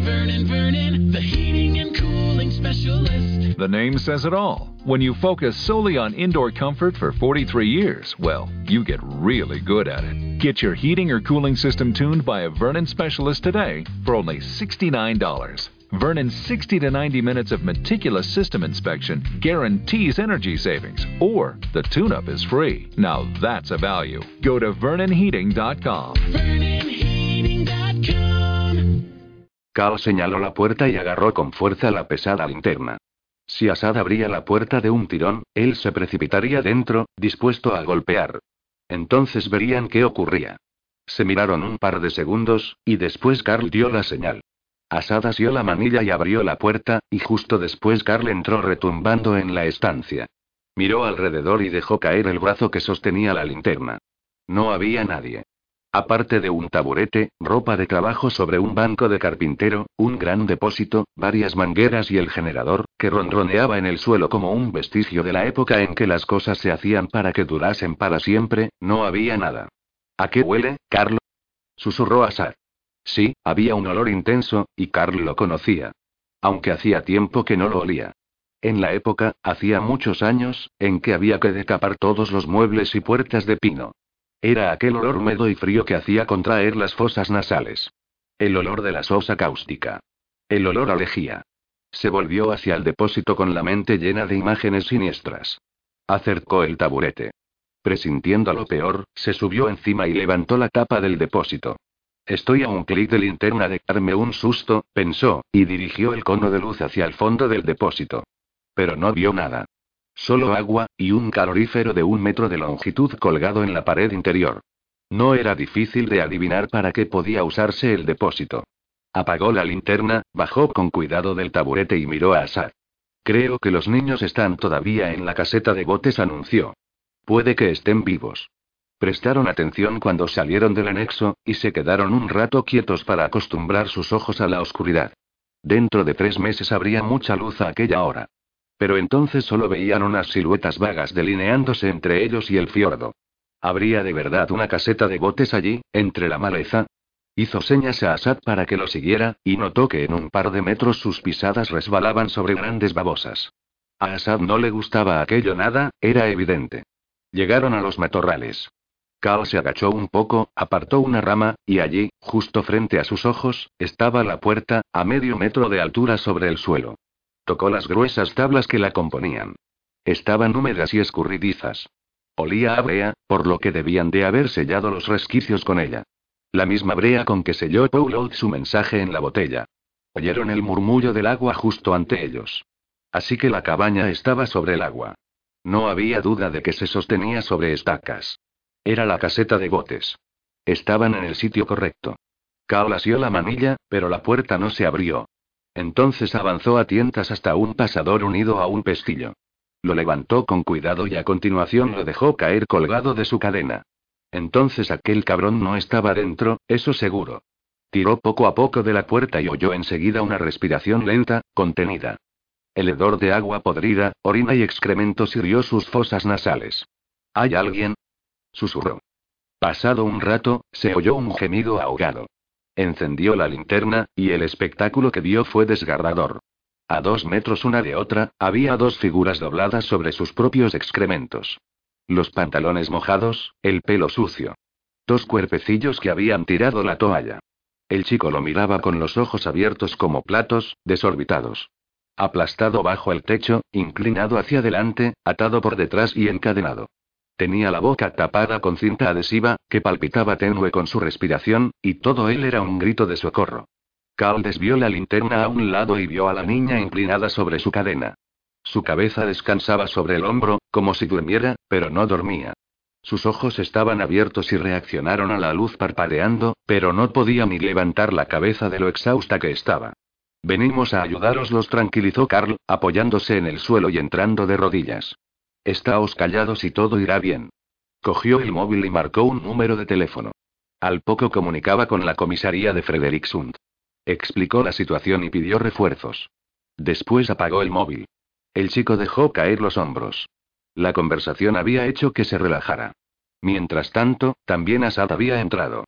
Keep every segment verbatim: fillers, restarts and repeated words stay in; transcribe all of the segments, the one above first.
Vernon, Vernon, the heating and cooling specialist. The name says it all. When you focus solely on indoor comfort for forty-three years, well, you get really good at it. Get your heating or cooling system tuned by a Vernon specialist today for only sixty-nine dollars. Vernon's sixty to ninety minutes of meticulous system inspection guarantees energy savings, or the tune-up is free. Now that's a value. Go to vernon heating dot com. vernon heating dot com. Carl señaló la puerta y agarró con fuerza la pesada linterna. Si Assad abría la puerta de un tirón, él se precipitaría dentro, dispuesto a golpear. Entonces verían qué ocurría. Se miraron un par de segundos, y después Carl dio la señal. Assad asió la manilla y abrió la puerta, y justo después Carl entró retumbando en la estancia. Miró alrededor y dejó caer el brazo que sostenía la linterna. No había nadie. Aparte de un taburete, ropa de trabajo sobre un banco de carpintero, un gran depósito, varias mangueras y el generador, que ronroneaba en el suelo como un vestigio de la época en que las cosas se hacían para que durasen para siempre, no había nada. ¿A qué huele, Carl?, susurró Assad. Sí, había un olor intenso, y Carl lo conocía. Aunque hacía tiempo que no lo olía. En la época, hacía muchos años, en que había que decapar todos los muebles y puertas de pino. Era aquel olor húmedo y frío que hacía contraer las fosas nasales. El olor de la sosa cáustica. El olor a lejía. Se volvió hacia el depósito con la mente llena de imágenes siniestras. Acercó el taburete. Presintiendo lo peor, se subió encima y levantó la tapa del depósito. Estoy a un clic de linterna de darme un susto, pensó, y dirigió el cono de luz hacia el fondo del depósito. Pero no vio nada. Solo agua, y un calorífero de un metro de longitud colgado en la pared interior. No era difícil de adivinar para qué podía usarse el depósito. Apagó la linterna, bajó con cuidado del taburete y miró a Assad. Creo que los niños están todavía en la caseta de botes, anunció. Puede que estén vivos. Prestaron atención cuando salieron del anexo, y se quedaron un rato quietos para acostumbrar sus ojos a la oscuridad. Dentro de tres meses habría mucha luz a aquella hora. Pero entonces solo veían unas siluetas vagas delineándose entre ellos y el fiordo. ¿Habría de verdad una caseta de botes allí, entre la maleza? Hizo señas a Assad para que lo siguiera, y notó que en un par de metros sus pisadas resbalaban sobre grandes babosas. A Assad no le gustaba aquello nada, era evidente. Llegaron a los matorrales. Carl se agachó un poco, apartó una rama, y allí, justo frente a sus ojos, estaba la puerta, a medio metro de altura sobre el suelo. Tocó las gruesas tablas que la componían. Estaban húmedas y escurridizas. Olía a brea, por lo que debían de haber sellado los resquicios con ella. La misma brea con que selló Pouloud su mensaje en la botella. Oyeron el murmullo del agua justo ante ellos. Así que la cabaña estaba sobre el agua. No había duda de que se sostenía sobre estacas. Era la caseta de botes. Estaban en el sitio correcto. Carl asió la manilla, pero la puerta no se abrió. Entonces avanzó a tientas hasta un pasador unido a un pestillo. Lo levantó con cuidado y a continuación lo dejó caer colgado de su cadena. Entonces aquel cabrón no estaba dentro, eso seguro. Tiró poco a poco de la puerta y oyó enseguida una respiración lenta, contenida. El hedor de agua podrida, orina y excrementos hirió sus fosas nasales. ¿Hay alguien?, susurró. Pasado un rato, se oyó un gemido ahogado. Encendió la linterna, y el espectáculo que vio fue desgarrador. A dos metros una de otra, había dos figuras dobladas sobre sus propios excrementos. Los pantalones mojados, el pelo sucio. Dos cuerpecillos que habían tirado la toalla. El chico lo miraba con los ojos abiertos como platos, desorbitados. Aplastado bajo el techo, inclinado hacia adelante, atado por detrás y encadenado. Tenía la boca tapada con cinta adhesiva, que palpitaba tenue con su respiración, y todo él era un grito de socorro. Carl desvió la linterna a un lado y vio a la niña inclinada sobre su cadena. Su cabeza descansaba sobre el hombro, como si durmiera, pero no dormía. Sus ojos estaban abiertos y reaccionaron a la luz parpadeando, pero no podía ni levantar la cabeza de lo exhausta que estaba. Venimos a ayudaros, los tranquilizó Carl, apoyándose en el suelo y entrando de rodillas. Estáos callados y todo irá bien. Cogió el móvil y marcó un número de teléfono. Al poco comunicaba con la comisaría de Frederiksund. Explicó la situación y pidió refuerzos. Después apagó el móvil. El chico dejó caer los hombros. La conversación había hecho que se relajara. Mientras tanto, también Assad había entrado.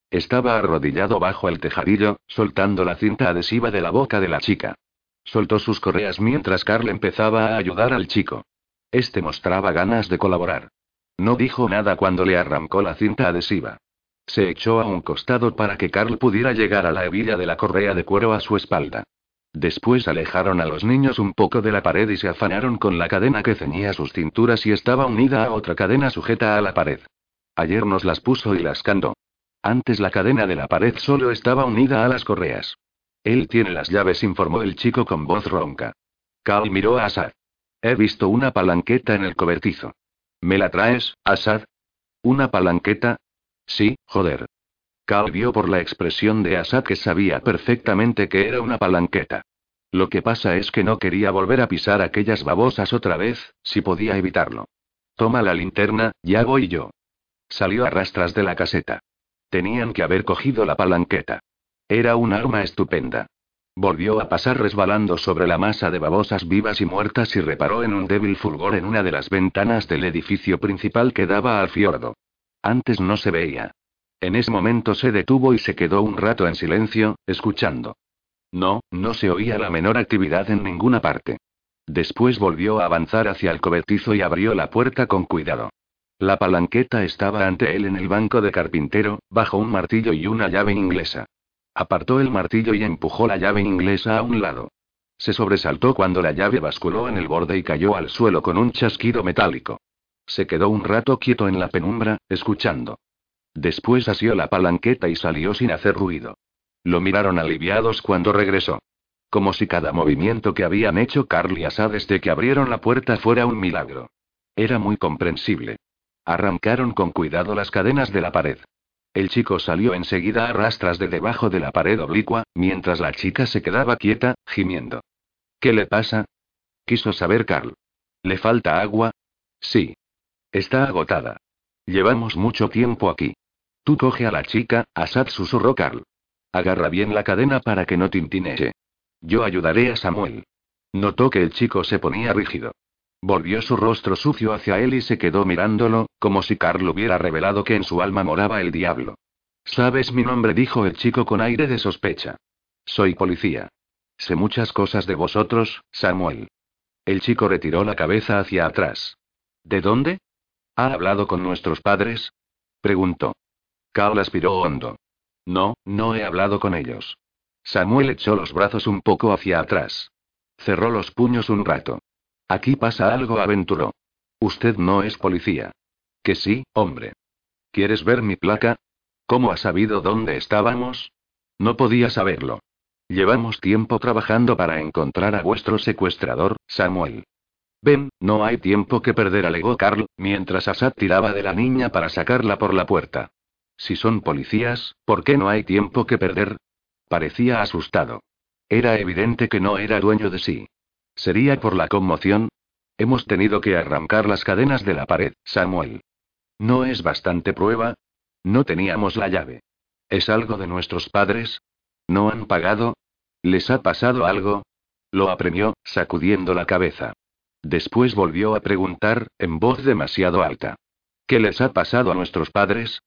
Estaba arrodillado bajo el tejadillo, soltando la cinta adhesiva de la boca de la chica. Soltó sus correas mientras Carl empezaba a ayudar al chico. Este mostraba ganas de colaborar. No dijo nada cuando le arrancó la cinta adhesiva. Se echó a un costado para que Carl pudiera llegar a la hebilla de la correa de cuero a su espalda. Después alejaron a los niños un poco de la pared y se afanaron con la cadena que ceñía sus cinturas y estaba unida a otra cadena sujeta a la pared. Ayer nos las puso y las candó. Antes la cadena de la pared solo estaba unida a las correas. Él tiene las llaves, informó el chico con voz ronca. Carl miró a Asad. He visto una palanqueta en el cobertizo. ¿Me la traes, Asad? ¿Una palanqueta? Sí, joder. Carl vio por la expresión de Asad que sabía perfectamente que era una palanqueta. Lo que pasa es que no quería volver a pisar aquellas babosas otra vez, si podía evitarlo. Toma la linterna, ya voy yo. Salió a rastras de la caseta. Tenían que haber cogido la palanqueta. Era un arma estupenda. Volvió a pasar resbalando sobre la masa de babosas vivas y muertas y reparó en un débil fulgor en una de las ventanas del edificio principal que daba al fiordo. Antes no se veía. En ese momento se detuvo y se quedó un rato en silencio, escuchando. No, no se oía la menor actividad en ninguna parte. Después volvió a avanzar hacia el cobertizo y abrió la puerta con cuidado. La palanqueta estaba ante él en el banco de carpintero, bajo un martillo y una llave inglesa. Apartó el martillo y empujó la llave inglesa a un lado. Se sobresaltó cuando la llave basculó en el borde y cayó al suelo con un chasquido metálico. Se quedó un rato quieto en la penumbra, escuchando. Después asió la palanqueta y salió sin hacer ruido. Lo miraron aliviados cuando regresó. Como si cada movimiento que habían hecho Carl y Asad desde que abrieron la puerta fuera un milagro. Era muy comprensible. Arrancaron con cuidado las cadenas de la pared. El chico salió enseguida a rastras de debajo de la pared oblicua, mientras la chica se quedaba quieta, gimiendo. ¿Qué le pasa? Quiso saber Carl. ¿Le falta agua? Sí. Está agotada. Llevamos mucho tiempo aquí. Tú coge a la chica, Asad, susurró Carl. Agarra bien la cadena para que no tintinee. Yo ayudaré a Samuel. Notó que el chico se ponía rígido. Volvió su rostro sucio hacia él y se quedó mirándolo, como si Carl hubiera revelado que en su alma moraba el diablo. ¿Sabes mi nombre?, dijo el chico con aire de sospecha. Soy policía. Sé muchas cosas de vosotros, Samuel. El chico retiró la cabeza hacia atrás. ¿De dónde? ¿Ha hablado con nuestros padres? Preguntó. Carl aspiró hondo. No, no he hablado con ellos. Samuel echó los brazos un poco hacia atrás. Cerró los puños un rato. Aquí pasa algo, aventuró. Usted no es policía. Que sí, hombre. ¿Quieres ver mi placa? ¿Cómo ha sabido dónde estábamos? No podía saberlo. Llevamos tiempo trabajando para encontrar a vuestro secuestrador, Samuel. Ven, no hay tiempo que perder, alegó Carl, mientras Asad tiraba de la niña para sacarla por la puerta. Si son policías, ¿por qué no hay tiempo que perder? Parecía asustado. Era evidente que no era dueño de sí. ¿Sería por la conmoción? Hemos tenido que arrancar las cadenas de la pared, Samuel. ¿No es bastante prueba? No teníamos la llave. ¿Es algo de nuestros padres? ¿No han pagado? ¿Les ha pasado algo? Lo apremió, sacudiendo la cabeza. Después volvió a preguntar, en voz demasiado alta. ¿Qué les ha pasado a nuestros padres?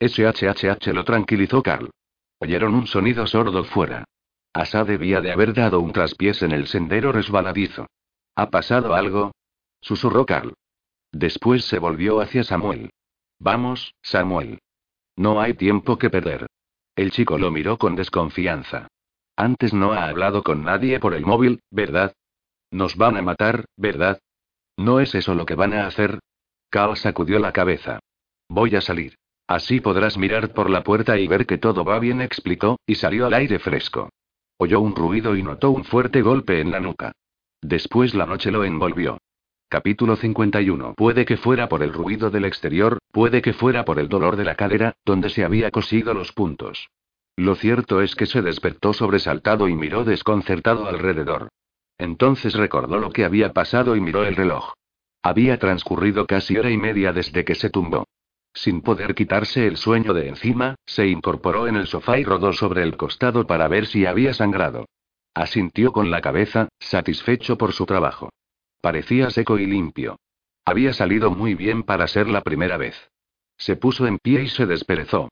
Shhh, lo tranquilizó Carl. Oyeron un sonido sordo fuera. Asad debía de haber dado un traspiés en el sendero resbaladizo. ¿Ha pasado algo? Susurró Carl. Después se volvió hacia Samuel. Vamos, Samuel. No hay tiempo que perder. El chico lo miró con desconfianza. Antes no ha hablado con nadie por el móvil, ¿verdad? Nos van a matar, ¿verdad? ¿No es eso lo que van a hacer? Carl sacudió la cabeza. Voy a salir. Así podrás mirar por la puerta y ver que todo va bien, explicó, y salió al aire fresco. Oyó un ruido y notó un fuerte golpe en la nuca. Después la noche lo envolvió. Capítulo cincuenta y uno. Puede que fuera por el ruido del exterior, puede que fuera por el dolor de la cadera, donde se había cosido los puntos. Lo cierto es que se despertó sobresaltado y miró desconcertado alrededor. Entonces recordó lo que había pasado y miró el reloj. Había transcurrido casi hora y media desde que se tumbó. Sin poder quitarse el sueño de encima, se incorporó en el sofá y rodó sobre el costado para ver si había sangrado. Asintió con la cabeza, satisfecho por su trabajo. Parecía seco y limpio. Había salido muy bien para ser la primera vez. Se puso en pie y se desperezó.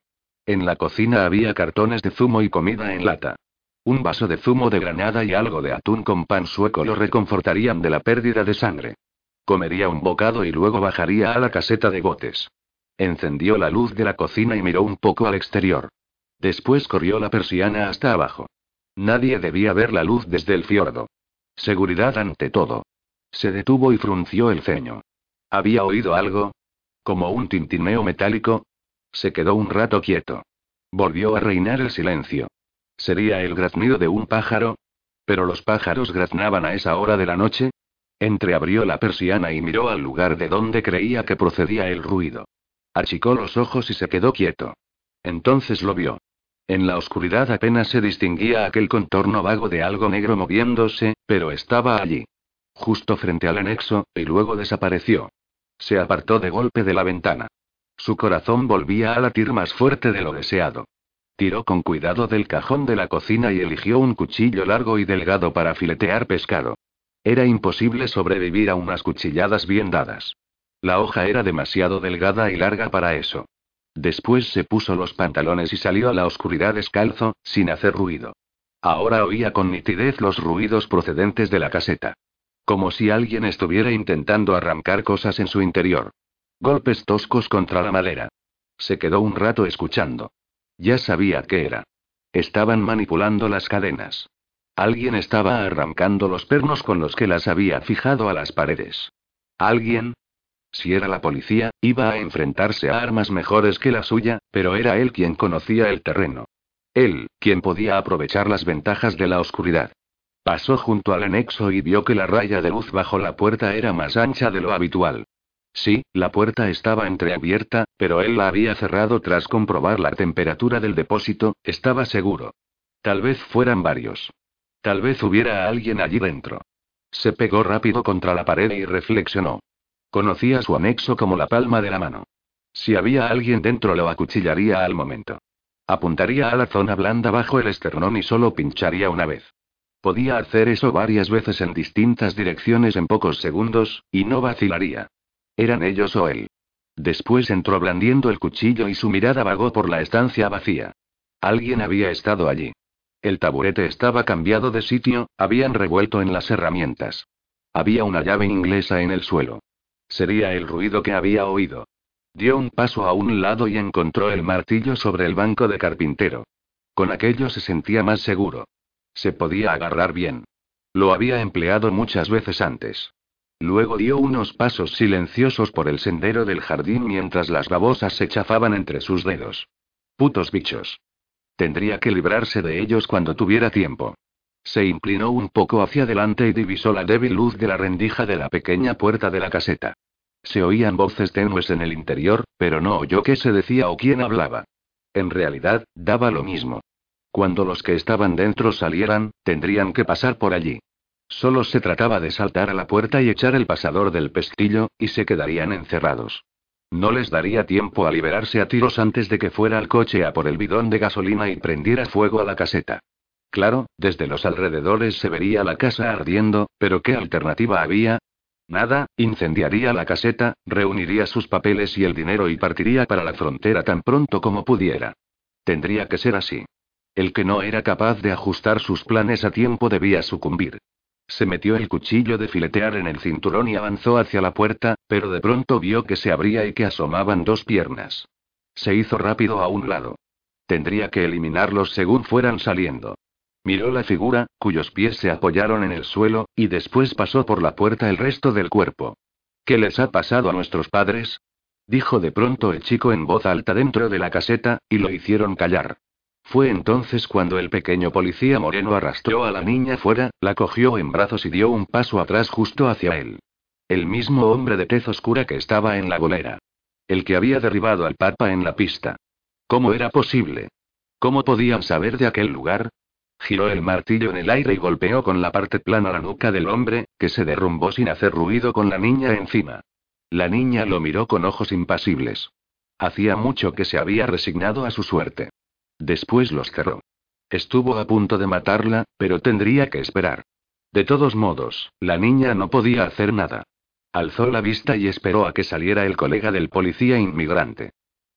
En la cocina había cartones de zumo y comida en lata. Un vaso de zumo de granada y algo de atún con pan sueco lo reconfortarían de la pérdida de sangre. Comería un bocado y luego bajaría a la caseta de botes. Encendió la luz de la cocina y miró un poco al exterior. Después corrió la persiana hasta abajo. Nadie debía ver la luz desde el fiordo. Seguridad ante todo. Se detuvo y frunció el ceño. ¿Había oído algo? ¿Como un tintineo metálico? Se quedó un rato quieto. Volvió a reinar el silencio. ¿Sería el graznido de un pájaro? ¿Pero los pájaros graznaban a esa hora de la noche? Entreabrió la persiana y miró al lugar de donde creía que procedía el ruido. Achicó los ojos y se quedó quieto. Entonces lo vio. En la oscuridad apenas se distinguía aquel contorno vago de algo negro moviéndose, pero estaba allí. Justo frente al anexo, y luego desapareció. Se apartó de golpe de la ventana. Su corazón volvía a latir más fuerte de lo deseado. Tiró con cuidado del cajón de la cocina y eligió un cuchillo largo y delgado para filetear pescado. Era imposible sobrevivir a unas cuchilladas bien dadas. La hoja era demasiado delgada y larga para eso. Después se puso los pantalones y salió a la oscuridad descalzo, sin hacer ruido. Ahora oía con nitidez los ruidos procedentes de la caseta. Como si alguien estuviera intentando arrancar cosas en su interior. Golpes toscos contra la madera. Se quedó un rato escuchando. Ya sabía qué era. Estaban manipulando las cadenas. Alguien estaba arrancando los pernos con los que las había fijado a las paredes. ¿Alguien? Si era la policía, iba a enfrentarse a armas mejores que la suya, pero era él quien conocía el terreno. Él, quien podía aprovechar las ventajas de la oscuridad. Pasó junto al anexo y vio que la raya de luz bajo la puerta era más ancha de lo habitual. Sí, la puerta estaba entreabierta, pero él la había cerrado tras comprobar la temperatura del depósito, estaba seguro. Tal vez fueran varios. Tal vez hubiera alguien allí dentro. Se pegó rápido contra la pared y reflexionó. Conocía su anexo como la palma de la mano. Si había alguien dentro lo acuchillaría al momento. Apuntaría a la zona blanda bajo el esternón y solo pincharía una vez. Podía hacer eso varias veces en distintas direcciones en pocos segundos, y no vacilaría. Eran ellos o él. Después entró blandiendo el cuchillo y su mirada vagó por la estancia vacía. Alguien había estado allí. El taburete estaba cambiado de sitio, habían revuelto en las herramientas. Había una llave inglesa en el suelo. Sería el ruido que había oído. Dio un paso a un lado y encontró el martillo sobre el banco de carpintero. Con aquello se sentía más seguro. Se podía agarrar bien. Lo había empleado muchas veces antes. Luego dio unos pasos silenciosos por el sendero del jardín mientras las babosas se chafaban entre sus dedos. Putos bichos. Tendría que librarse de ellos cuando tuviera tiempo. Se inclinó un poco hacia adelante y divisó la débil luz de la rendija de la pequeña puerta de la caseta. Se oían voces tenues en el interior, pero no oyó qué se decía o quién hablaba. En realidad, daba lo mismo. Cuando los que estaban dentro salieran, tendrían que pasar por allí. Solo se trataba de saltar a la puerta y echar el pasador del pestillo, y se quedarían encerrados. No les daría tiempo a liberarse a tiros antes de que fuera al coche a por el bidón de gasolina y prendiera fuego a la caseta. Claro, desde los alrededores se vería la casa ardiendo, pero ¿qué alternativa había? Nada, incendiaría la caseta, reuniría sus papeles y el dinero y partiría para la frontera tan pronto como pudiera. Tendría que ser así. El que no era capaz de ajustar sus planes a tiempo debía sucumbir. Se metió el cuchillo de filetear en el cinturón y avanzó hacia la puerta, pero de pronto vio que se abría y que asomaban dos piernas. Se hizo rápido a un lado. Tendría que eliminarlos según fueran saliendo. Miró la figura, cuyos pies se apoyaron en el suelo, y después pasó por la puerta el resto del cuerpo. ¿Qué les ha pasado a nuestros padres? Dijo de pronto el chico en voz alta dentro de la caseta, y lo hicieron callar. Fue entonces cuando el pequeño policía moreno arrastró a la niña fuera, la cogió en brazos y dio un paso atrás justo hacia él. El mismo hombre de tez oscura que estaba en la bolera. El que había derribado al papa en la pista. ¿Cómo era posible? ¿Cómo podían saber de aquel lugar? Giró el martillo en el aire y golpeó con la parte plana la nuca del hombre, que se derrumbó sin hacer ruido con la niña encima. La niña lo miró con ojos impasibles. Hacía mucho que se había resignado a su suerte. Después los cerró. Estuvo a punto de matarla, pero tendría que esperar. De todos modos, la niña no podía hacer nada. Alzó la vista y esperó a que saliera el colega del policía inmigrante.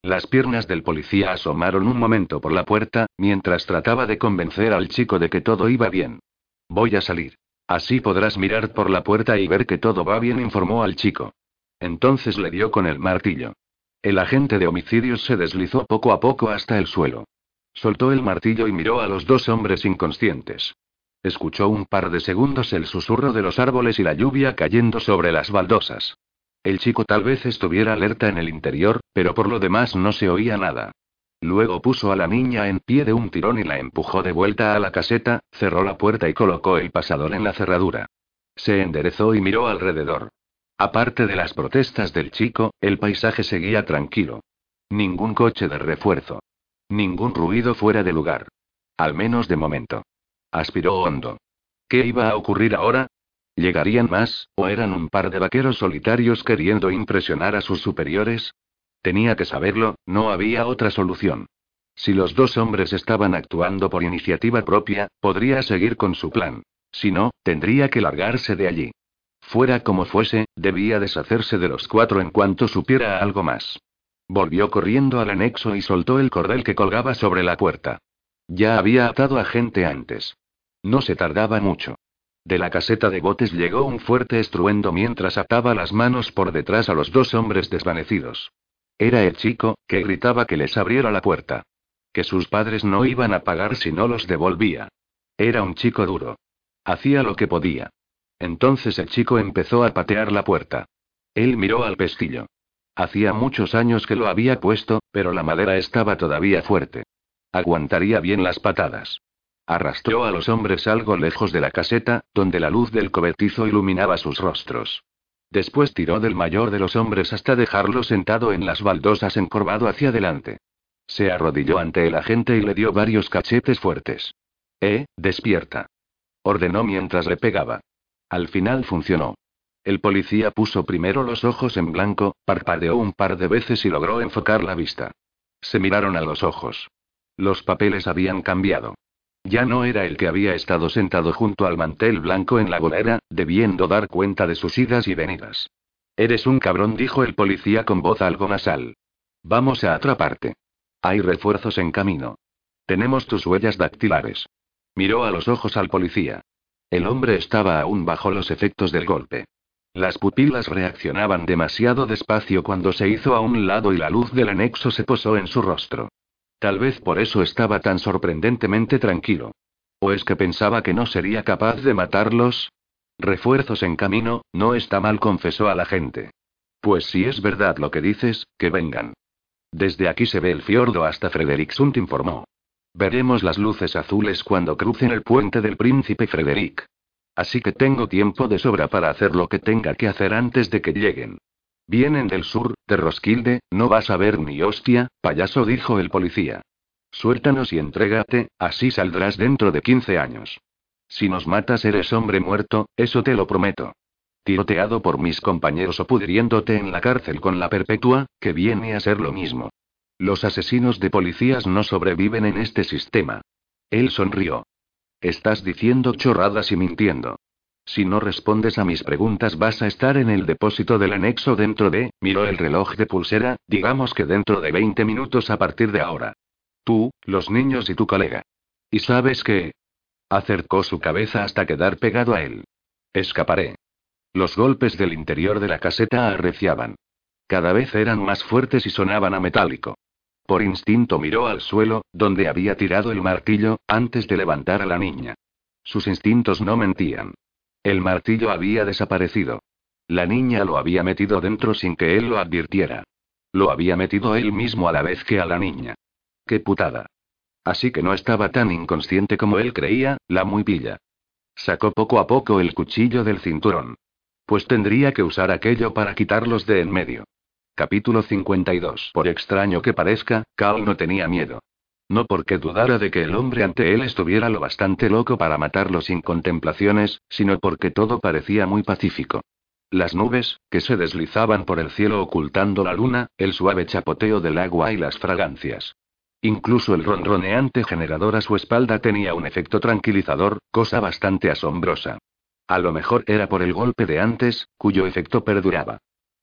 Las piernas del policía asomaron un momento por la puerta, mientras trataba de convencer al chico de que todo iba bien. Voy a salir. Así podrás mirar por la puerta y ver que todo va bien, informó al chico. Entonces le dio con el martillo. El agente de homicidios se deslizó poco a poco hasta el suelo. Soltó el martillo y miró a los dos hombres inconscientes. Escuchó un par de segundos el susurro de los árboles y la lluvia cayendo sobre las baldosas. El chico tal vez estuviera alerta en el interior, pero por lo demás no se oía nada. Luego puso a la niña en pie de un tirón y la empujó de vuelta a la caseta, cerró la puerta y colocó el pasador en la cerradura. Se enderezó y miró alrededor. Aparte de las protestas del chico, el paisaje seguía tranquilo. Ningún coche de refuerzo. Ningún ruido fuera de lugar. Al menos de momento. Aspiró hondo. ¿Qué iba a ocurrir ahora? ¿Llegarían más, o eran un par de vaqueros solitarios queriendo impresionar a sus superiores? Tenía que saberlo, no había otra solución. Si los dos hombres estaban actuando por iniciativa propia, podría seguir con su plan. Si no, tendría que largarse de allí. Fuera como fuese, debía deshacerse de los cuatro en cuanto supiera algo más. Volvió corriendo al anexo y soltó el cordel que colgaba sobre la puerta. Ya había atado a gente antes. No se tardaba mucho. De la caseta de botes llegó un fuerte estruendo mientras ataba las manos por detrás a los dos hombres desvanecidos. Era el chico, que gritaba que les abriera la puerta. Que sus padres no iban a pagar si no los devolvía. Era un chico duro. Hacía lo que podía. Entonces el chico empezó a patear la puerta. Él miró al pestillo. Hacía muchos años que lo había puesto, pero la madera estaba todavía fuerte. Aguantaría bien las patadas. Arrastró a los hombres algo lejos de la caseta, donde la luz del cobertizo iluminaba sus rostros. Después tiró del mayor de los hombres hasta dejarlo sentado en las baldosas encorvado hacia adelante. Se arrodilló ante el agente y le dio varios cachetes fuertes. «Eh, despierta», ordenó mientras le pegaba. Al final funcionó. El policía puso primero los ojos en blanco, parpadeó un par de veces y logró enfocar la vista. Se miraron a los ojos. Los papeles habían cambiado. Ya no era el que había estado sentado junto al mantel blanco en la bolera, debiendo dar cuenta de sus idas y venidas. «Eres un cabrón», dijo el policía con voz algo nasal. «Vamos a atraparte. Hay refuerzos en camino. Tenemos tus huellas dactilares». Miró a los ojos al policía. El hombre estaba aún bajo los efectos del golpe. Las pupilas reaccionaban demasiado despacio cuando se hizo a un lado y la luz del anexo se posó en su rostro. Tal vez por eso estaba tan sorprendentemente tranquilo. ¿O es que pensaba que no sería capaz de matarlos? «Refuerzos en camino, no está mal», confesó a la gente. «Pues si es verdad lo que dices, que vengan. Desde aquí se ve el fiordo hasta Frederiksund», informó. «Veremos las luces azules cuando crucen el puente del Príncipe Frederick. Así que tengo tiempo de sobra para hacer lo que tenga que hacer antes de que lleguen». «Vienen del sur, de Roskilde, no vas a ver ni hostia, payaso», dijo el policía. «Suéltanos y entrégate, así saldrás dentro de quince años. Si nos matas eres hombre muerto, eso te lo prometo. Tiroteado por mis compañeros o pudriéndote en la cárcel con la perpetua, que viene a ser lo mismo. Los asesinos de policías no sobreviven en este sistema». Él sonrió. «Estás diciendo chorradas y mintiendo. Si no respondes a mis preguntas vas a estar en el depósito del anexo dentro de», miró el reloj de pulsera, «digamos que dentro de veinte minutos a partir de ahora. Tú, los niños y tu colega. ¿Y sabes qué?». Acercó su cabeza hasta quedar pegado a él. «Escaparé». Los golpes del interior de la caseta arreciaban. Cada vez eran más fuertes y sonaban a metálico. Por instinto miró al suelo, donde había tirado el martillo, antes de levantar a la niña. Sus instintos no mentían. El martillo había desaparecido. La niña lo había metido dentro sin que él lo advirtiera. Lo había metido él mismo a la vez que a la niña. ¡Qué putada! Así que no estaba tan inconsciente como él creía, la muy pilla. Sacó poco a poco el cuchillo del cinturón. Pues tendría que usar aquello para quitarlos de en medio. Capítulo cincuenta y dos. Por extraño que parezca, Carl no tenía miedo. No porque dudara de que el hombre ante él estuviera lo bastante loco para matarlo sin contemplaciones, sino porque todo parecía muy pacífico. Las nubes, que se deslizaban por el cielo ocultando la luna, el suave chapoteo del agua y las fragancias. Incluso el ronroneante generador a su espalda tenía un efecto tranquilizador, cosa bastante asombrosa. A lo mejor era por el golpe de antes, cuyo efecto perduraba.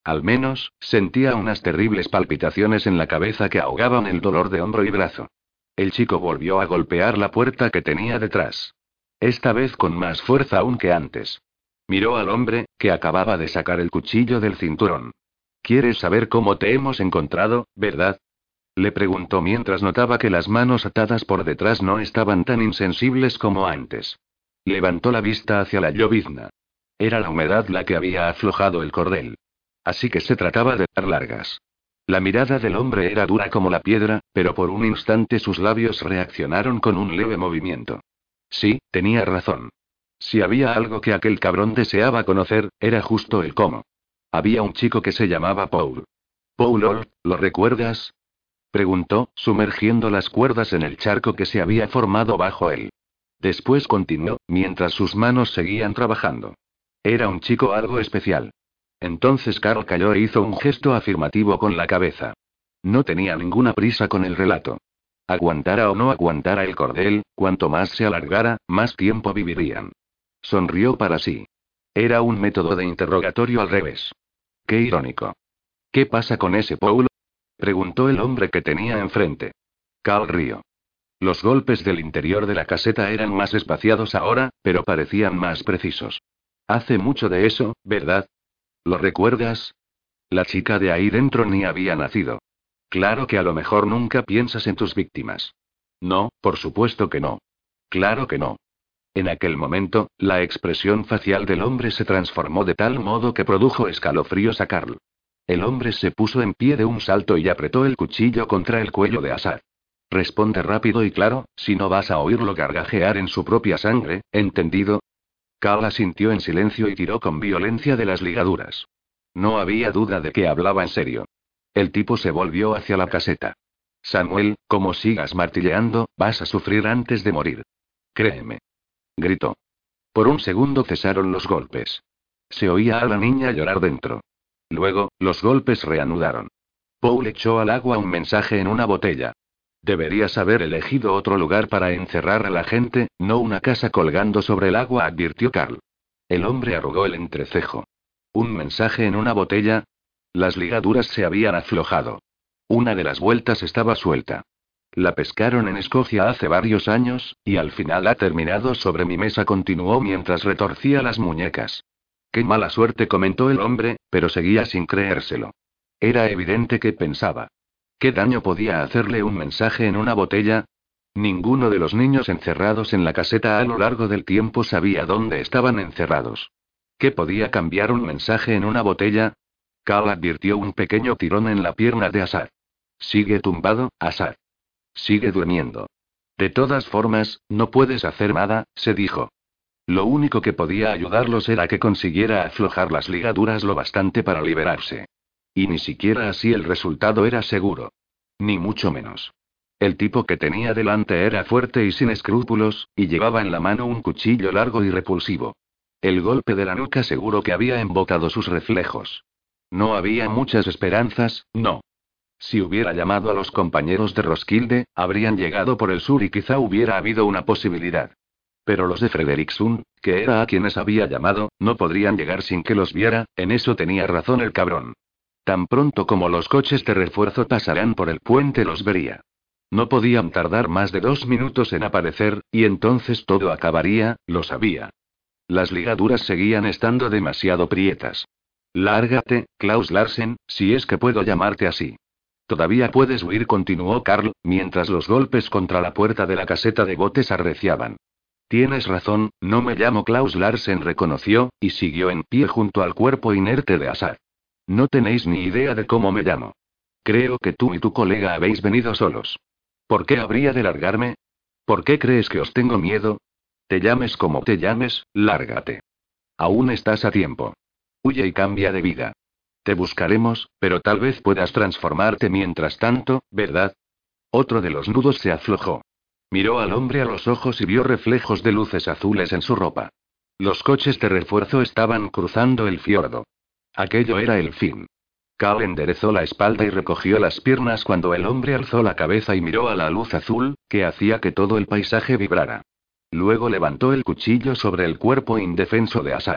Al menos, sentía unas terribles palpitaciones en la cabeza que ahogaban el dolor de hombro y brazo. El chico volvió a golpear la puerta que tenía detrás. Esta vez con más fuerza aún que antes. Miró al hombre, que acababa de sacar el cuchillo del cinturón. ¿Quieres saber cómo te hemos encontrado, verdad? Le preguntó mientras notaba que las manos atadas por detrás no estaban tan insensibles como antes. Levantó la vista hacia la llovizna. Era la humedad la que había aflojado el cordel. Así que se trataba de dar largas. La mirada del hombre era dura como la piedra, pero por un instante sus labios reaccionaron con un leve movimiento. Sí, tenía razón. Si había algo que aquel cabrón deseaba conocer, era justo el cómo. Había un chico que se llamaba Paul. Paul, ¿lo recuerdas? Preguntó, sumergiendo las cuerdas en el charco que se había formado bajo él. Después continuó, mientras sus manos seguían trabajando. Era un chico algo especial. Entonces Carl calló e hizo un gesto afirmativo con la cabeza. No tenía ninguna prisa con el relato. Aguantara o no aguantara el cordel, cuanto más se alargara, más tiempo vivirían. Sonrió para sí. Era un método de interrogatorio al revés. Qué irónico. ¿Qué pasa con ese Paul? Preguntó el hombre que tenía enfrente. Carl rió. Los golpes del interior de la caseta eran más espaciados ahora, pero parecían más precisos. Hace mucho de eso, ¿verdad? ¿Lo recuerdas? La chica de ahí dentro ni había nacido. Claro que a lo mejor nunca piensas en tus víctimas. No, por supuesto que no. Claro que no. En aquel momento, la expresión facial del hombre se transformó de tal modo que produjo escalofríos a Carl. El hombre se puso en pie de un salto y apretó el cuchillo contra el cuello de Assad. Responde rápido y claro, si no vas a oírlo gargajear en su propia sangre, ¿entendido? Carl asintió en silencio y tiró con violencia de las ligaduras. No había duda de que hablaba en serio. El tipo se volvió hacia la caseta. Samuel, como sigas martilleando, vas a sufrir antes de morir. Créeme. Gritó. Por un segundo cesaron los golpes. Se oía a la niña llorar dentro. Luego, los golpes reanudaron. Paul echó al agua un mensaje en una botella. Deberías haber elegido otro lugar para encerrar a la gente, no una casa colgando sobre el agua, advirtió Carl. El hombre arrugó el entrecejo. ¿Un mensaje en una botella? Las ligaduras se habían aflojado. Una de las vueltas estaba suelta. La pescaron en Escocia hace varios años, y al final ha terminado sobre mi mesa, continuó mientras retorcía las muñecas. Qué mala suerte, comentó el hombre, pero seguía sin creérselo. Era evidente que pensaba. ¿Qué daño podía hacerle un mensaje en una botella? Ninguno de los niños encerrados en la caseta a lo largo del tiempo sabía dónde estaban encerrados. ¿Qué podía cambiar un mensaje en una botella? Carl advirtió un pequeño tirón en la pierna de Assad. Sigue tumbado, Assad. Sigue durmiendo. De todas formas, no puedes hacer nada, se dijo. Lo único que podía ayudarlos era que consiguiera aflojar las ligaduras lo bastante para liberarse. Y ni siquiera así el resultado era seguro. Ni mucho menos. El tipo que tenía delante era fuerte y sin escrúpulos, y llevaba en la mano un cuchillo largo y repulsivo. El golpe de la nuca seguro que había embotado sus reflejos. No había muchas esperanzas, no. Si hubiera llamado a los compañeros de Roskilde, habrían llegado por el sur y quizá hubiera habido una posibilidad. Pero los de Frederiksund, que era a quienes había llamado, no podrían llegar sin que los viera, en eso tenía razón el cabrón. Tan pronto como los coches de refuerzo pasaran por el puente los vería. No podían tardar más de dos minutos en aparecer, y entonces todo acabaría, lo sabía. Las ligaduras seguían estando demasiado prietas. Lárgate, Klaus Larsen, si es que puedo llamarte así. Todavía puedes huir, continuó Carl, mientras los golpes contra la puerta de la caseta de botes arreciaban. Tienes razón, no me llamo Klaus Larsen, reconoció, y siguió en pie junto al cuerpo inerte de Assad. No tenéis ni idea de cómo me llamo. Creo que tú y tu colega habéis venido solos. ¿Por qué habría de largarme? ¿Por qué crees que os tengo miedo? Te llames como te llames, lárgate. Aún estás a tiempo. Huye y cambia de vida. Te buscaremos, pero tal vez puedas transformarte mientras tanto, ¿verdad? Otro de los nudos se aflojó. Miró al hombre a los ojos y vio reflejos de luces azules en su ropa. Los coches de refuerzo estaban cruzando el fiordo. Aquello era el fin. Carl enderezó la espalda y recogió las piernas cuando el hombre alzó la cabeza y miró a la luz azul, que hacía que todo el paisaje vibrara. Luego levantó el cuchillo sobre el cuerpo indefenso de Assad.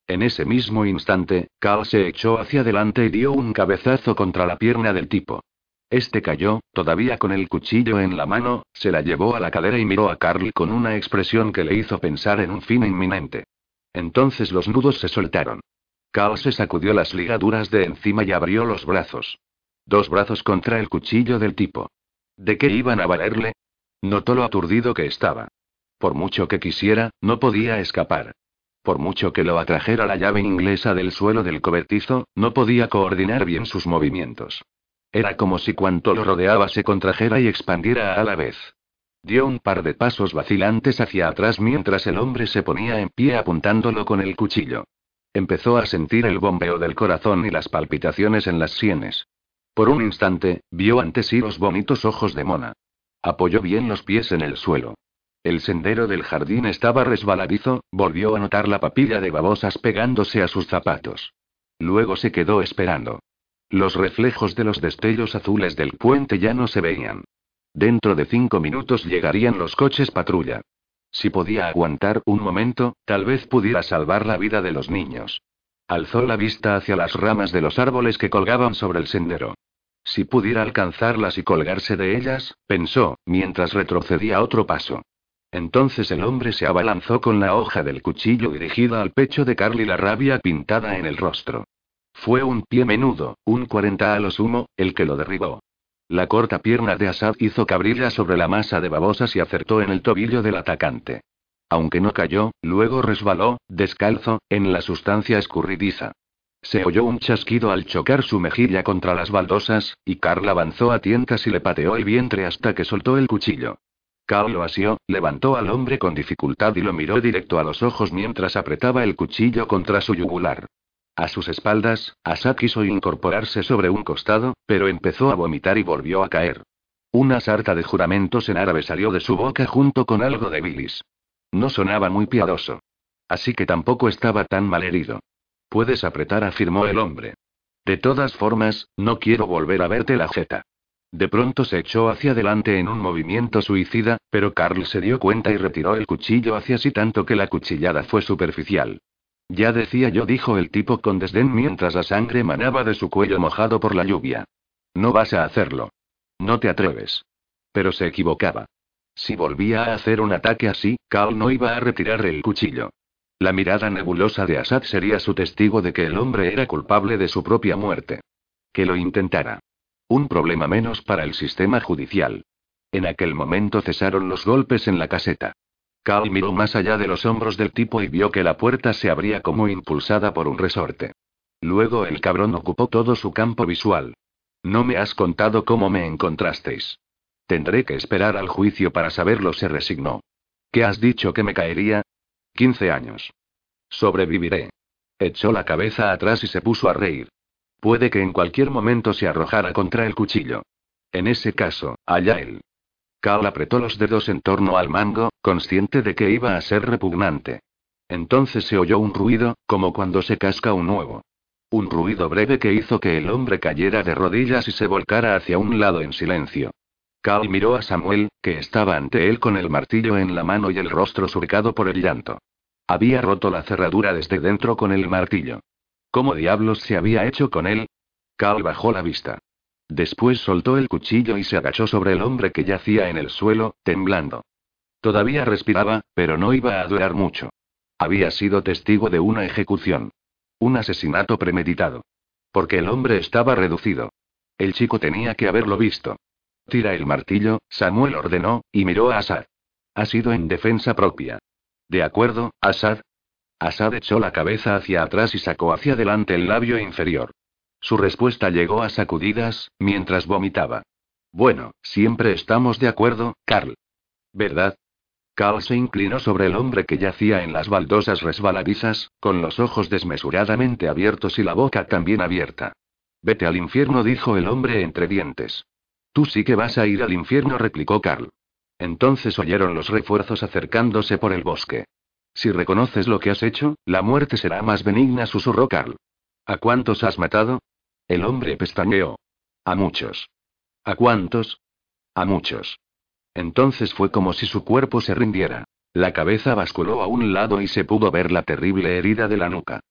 En ese mismo instante, Carl se echó hacia adelante y dio un cabezazo contra la pierna del tipo. Este cayó, todavía con el cuchillo en la mano, se la llevó a la cadera y miró a Carl con una expresión que le hizo pensar en un fin inminente. Entonces los nudos se soltaron. Carl se sacudió las ligaduras de encima y abrió los brazos. Dos brazos contra el cuchillo del tipo. ¿De qué iban a valerle? Notó lo aturdido que estaba. Por mucho que quisiera, no podía escapar. Por mucho que lo atrajera la llave inglesa del suelo del cobertizo, no podía coordinar bien sus movimientos. Era como si cuanto lo rodeaba se contrajera y expandiera a la vez. Dio un par de pasos vacilantes hacia atrás mientras el hombre se ponía en pie apuntándolo con el cuchillo. Empezó a sentir el bombeo del corazón y las palpitaciones en las sienes. Por un instante, vio ante sí los bonitos ojos de Mona. Apoyó bien los pies en el suelo. El sendero del jardín estaba resbaladizo, volvió a notar la papilla de babosas pegándose a sus zapatos. Luego se quedó esperando. Los reflejos de los destellos azules del puente ya no se veían. Dentro de cinco minutos llegarían los coches patrulla. Si podía aguantar un momento, tal vez pudiera salvar la vida de los niños. Alzó la vista hacia las ramas de los árboles que colgaban sobre el sendero. Si pudiera alcanzarlas y colgarse de ellas, pensó, mientras retrocedía otro paso. Entonces el hombre se abalanzó con la hoja del cuchillo dirigida al pecho de Carl y la rabia pintada en el rostro. Fue un pie menudo, un cuarenta a lo sumo, el que lo derribó. La corta pierna de Assad hizo cabrilla sobre la masa de babosas y acertó en el tobillo del atacante. Aunque no cayó, luego resbaló, descalzo, en la sustancia escurridiza. Se oyó un chasquido al chocar su mejilla contra las baldosas, y Carl avanzó a tientas y le pateó el vientre hasta que soltó el cuchillo. Carl lo asió, levantó al hombre con dificultad y lo miró directo a los ojos mientras apretaba el cuchillo contra su yugular. A sus espaldas, Assad quiso incorporarse sobre un costado, pero empezó a vomitar y volvió a caer. Una sarta de juramentos en árabe salió de su boca junto con algo de bilis. No sonaba muy piadoso. Así que tampoco estaba tan mal herido. Puedes apretar, afirmó el hombre. De todas formas, no quiero volver a verte la jeta. De pronto se echó hacia adelante en un movimiento suicida, pero Carl se dio cuenta y retiró el cuchillo hacia sí tanto que la cuchillada fue superficial. Ya decía yo, dijo el tipo con desdén mientras la sangre manaba de su cuello mojado por la lluvia. No vas a hacerlo. No te atreves. Pero se equivocaba. Si volvía a hacer un ataque así, Carl no iba a retirar el cuchillo. La mirada nebulosa de Assad sería su testigo de que el hombre era culpable de su propia muerte. Que lo intentara. Un problema menos para el sistema judicial. En aquel momento cesaron los golpes en la caseta. Carl miró más allá de los hombros del tipo y vio que la puerta se abría como impulsada por un resorte. Luego el cabrón ocupó todo su campo visual. No me has contado cómo me encontrasteis. Tendré que esperar al juicio para saberlo, se resignó. ¿Qué has dicho que me caería? Quince años. Sobreviviré. Echó la cabeza atrás y se puso a reír. Puede que en cualquier momento se arrojara contra el cuchillo. En ese caso, allá él. Carl apretó los dedos en torno al mango, consciente de que iba a ser repugnante. Entonces se oyó un ruido, como cuando se casca un huevo. Un ruido breve que hizo que el hombre cayera de rodillas y se volcara hacia un lado en silencio. Carl miró a Samuel, que estaba ante él con el martillo en la mano y el rostro surcado por el llanto. Había roto la cerradura desde dentro con el martillo. ¿Cómo diablos se había hecho con él? Carl bajó la vista. Después soltó el cuchillo y se agachó sobre el hombre que yacía en el suelo, temblando. Todavía respiraba, pero no iba a durar mucho. Había sido testigo de una ejecución. Un asesinato premeditado. Porque el hombre estaba reducido. El chico tenía que haberlo visto. Tira el martillo, Samuel ordenó, y miró a Assad. Ha sido en defensa propia. ¿De acuerdo, Assad? Assad echó la cabeza hacia atrás y sacó hacia adelante el labio inferior. Su respuesta llegó a sacudidas, mientras vomitaba. Bueno, siempre estamos de acuerdo, Carl. ¿Verdad? Carl se inclinó sobre el hombre que yacía en las baldosas resbaladizas, con los ojos desmesuradamente abiertos y la boca también abierta. Vete al infierno, dijo el hombre entre dientes. Tú sí que vas a ir al infierno, replicó Carl. Entonces oyeron los refuerzos acercándose por el bosque. Si reconoces lo que has hecho, la muerte será más benigna, susurró Carl. ¿A cuántos has matado? El hombre pestañeó. A muchos. ¿A cuántos? A muchos. Entonces fue como si su cuerpo se rindiera. La cabeza basculó a un lado y se pudo ver la terrible herida de la nuca.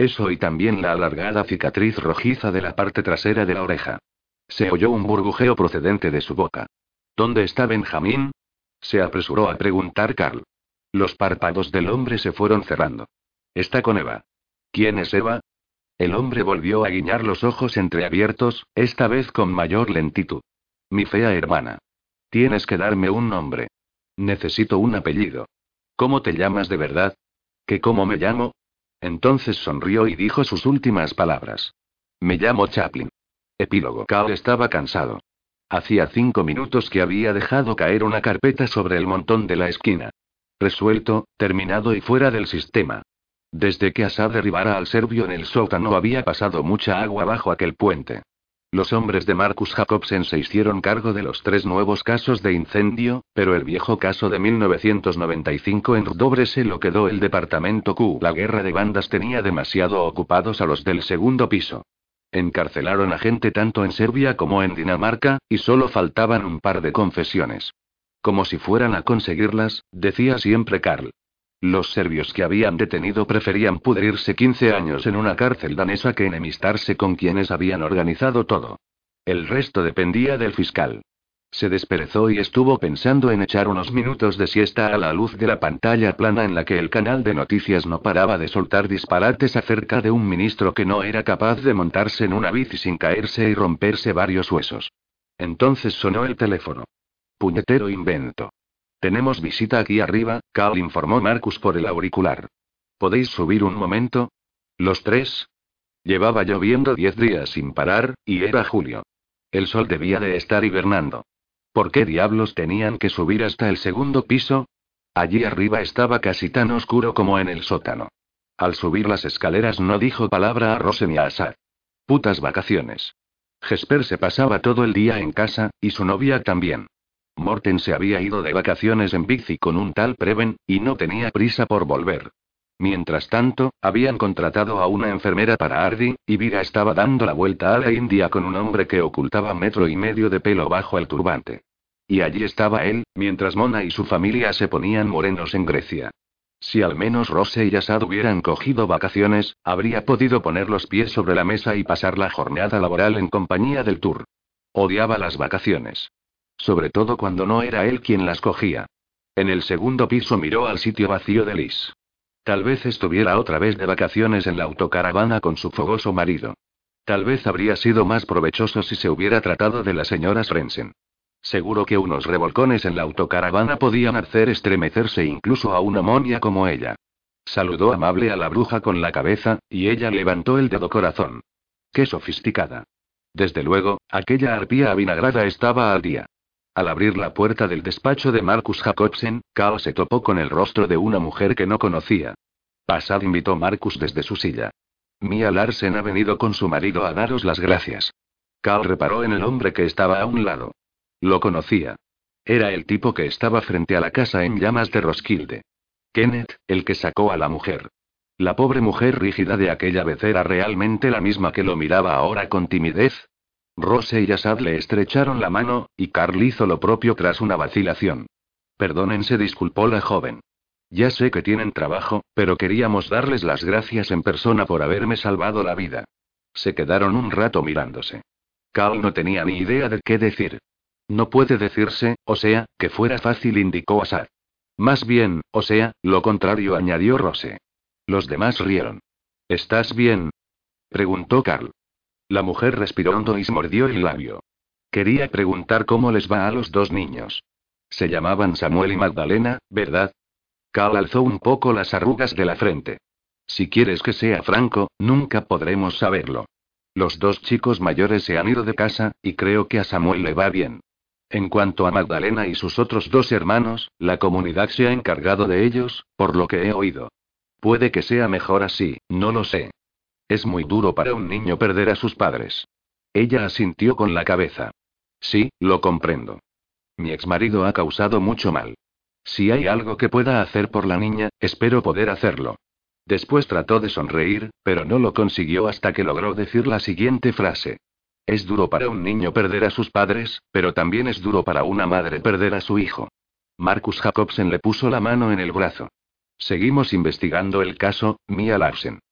Eso y también la alargada cicatriz rojiza de la parte trasera de la oreja. Se oyó un burbujeo procedente de su boca. ¿Dónde está Benjamín? Se apresuró a preguntar Carl. Los párpados del hombre se fueron cerrando. Está con Eva. ¿Quién es Eva? El hombre volvió a guiñar los ojos entreabiertos, esta vez con mayor lentitud. Mi fea hermana. Tienes que darme un nombre. Necesito un apellido. ¿Cómo te llamas de verdad? ¿Qué cómo me llamo? Entonces sonrió y dijo sus últimas palabras. Me llamo Chaplin. Epílogo. Carl estaba cansado. Hacía cinco minutos que había dejado caer una carpeta sobre el montón de la esquina. Resuelto, terminado y fuera del sistema. Desde que Assad derribara al serbio en el sótano había pasado mucha agua bajo aquel puente. Los hombres de Marcus Jacobsen se hicieron cargo de los tres nuevos casos de incendio, pero el viejo caso de mil novecientos noventa y cinco en Rdobre se lo quedó el departamento Q. La guerra de bandas tenía demasiado ocupados a los del segundo piso. Encarcelaron a gente tanto en Serbia como en Dinamarca, y solo faltaban un par de confesiones. Como si fueran a conseguirlas, decía siempre Carl. Los serbios que habían detenido preferían pudrirse quince años en una cárcel danesa que enemistarse con quienes habían organizado todo. El resto dependía del fiscal. Se desperezó y estuvo pensando en echar unos minutos de siesta a la luz de la pantalla plana en la que el canal de noticias no paraba de soltar disparates acerca de un ministro que no era capaz de montarse en una bici sin caerse y romperse varios huesos. Entonces sonó el teléfono. Puñetero invento. Tenemos visita aquí arriba, Carl informó Marcus por el auricular. ¿Podéis subir un momento? ¿Los tres? Llevaba lloviendo diez días sin parar, y era julio. El sol debía de estar hibernando. ¿Por qué diablos tenían que subir hasta el segundo piso? Allí arriba estaba casi tan oscuro como en el sótano. Al subir las escaleras no dijo palabra a Rose ni a Assad. Putas vacaciones. Jesper se pasaba todo el día en casa, y su novia también. Morten se había ido de vacaciones en bici con un tal Preben, y no tenía prisa por volver. Mientras tanto, habían contratado a una enfermera para Ardi, y Vira estaba dando la vuelta a la India con un hombre que ocultaba metro y medio de pelo bajo el turbante. Y allí estaba él, mientras Mona y su familia se ponían morenos en Grecia. Si al menos Rose y Assad hubieran cogido vacaciones, habría podido poner los pies sobre la mesa y pasar la jornada laboral en compañía del tour. Odiaba las vacaciones. Sobre todo cuando no era él quien las cogía. En el segundo piso miró al sitio vacío de Liz. Tal vez estuviera otra vez de vacaciones en la autocaravana con su fogoso marido. Tal vez habría sido más provechoso si se hubiera tratado de la señora Svensson. Seguro que unos revolcones en la autocaravana podían hacer estremecerse incluso a una monia como ella. Saludó amable a la bruja con la cabeza, y ella levantó el dedo corazón. ¡Qué sofisticada! Desde luego, aquella arpía avinagrada estaba al día. Al abrir la puerta del despacho de Marcus Jacobsen, Carl se topó con el rostro de una mujer que no conocía. Assad invitó Marcus desde su silla. Mia Larsen ha venido con su marido a daros las gracias. Carl reparó en el hombre que estaba a un lado. Lo conocía. Era el tipo que estaba frente a la casa en llamas de Roskilde. Kenneth, el que sacó a la mujer. La pobre mujer rígida de aquella vez era realmente la misma que lo miraba ahora con timidez. Rose y Assad le estrecharon la mano, y Carl hizo lo propio tras una vacilación. Perdonen, se disculpó la joven. Ya sé que tienen trabajo, pero queríamos darles las gracias en persona por haberme salvado la vida. Se quedaron un rato mirándose. Carl no tenía ni idea de qué decir. No puede decirse, o sea, que fuera fácil, indicó Assad. Más bien, o sea, lo contrario, añadió Rose. Los demás rieron. ¿Estás bien?, preguntó Carl. La mujer respiró hondo y se mordió el labio. Quería preguntar cómo les va a los dos niños. Se llamaban Samuel y Magdalena, ¿verdad? Carl alzó un poco las arrugas de la frente. Si quieres que sea franco, nunca podremos saberlo. Los dos chicos mayores se han ido de casa, y creo que a Samuel le va bien. En cuanto a Magdalena y sus otros dos hermanos, la comunidad se ha encargado de ellos, por lo que he oído. Puede que sea mejor así, no lo sé. Es muy duro para un niño perder a sus padres. Ella asintió con la cabeza. Sí, lo comprendo. Mi exmarido ha causado mucho mal. Si hay algo que pueda hacer por la niña, espero poder hacerlo. Después trató de sonreír, pero no lo consiguió hasta que logró decir la siguiente frase. Es duro para un niño perder a sus padres, pero también es duro para una madre perder a su hijo. Marcus Jacobsen le puso la mano en el brazo. Seguimos investigando el caso, Mia Larsen.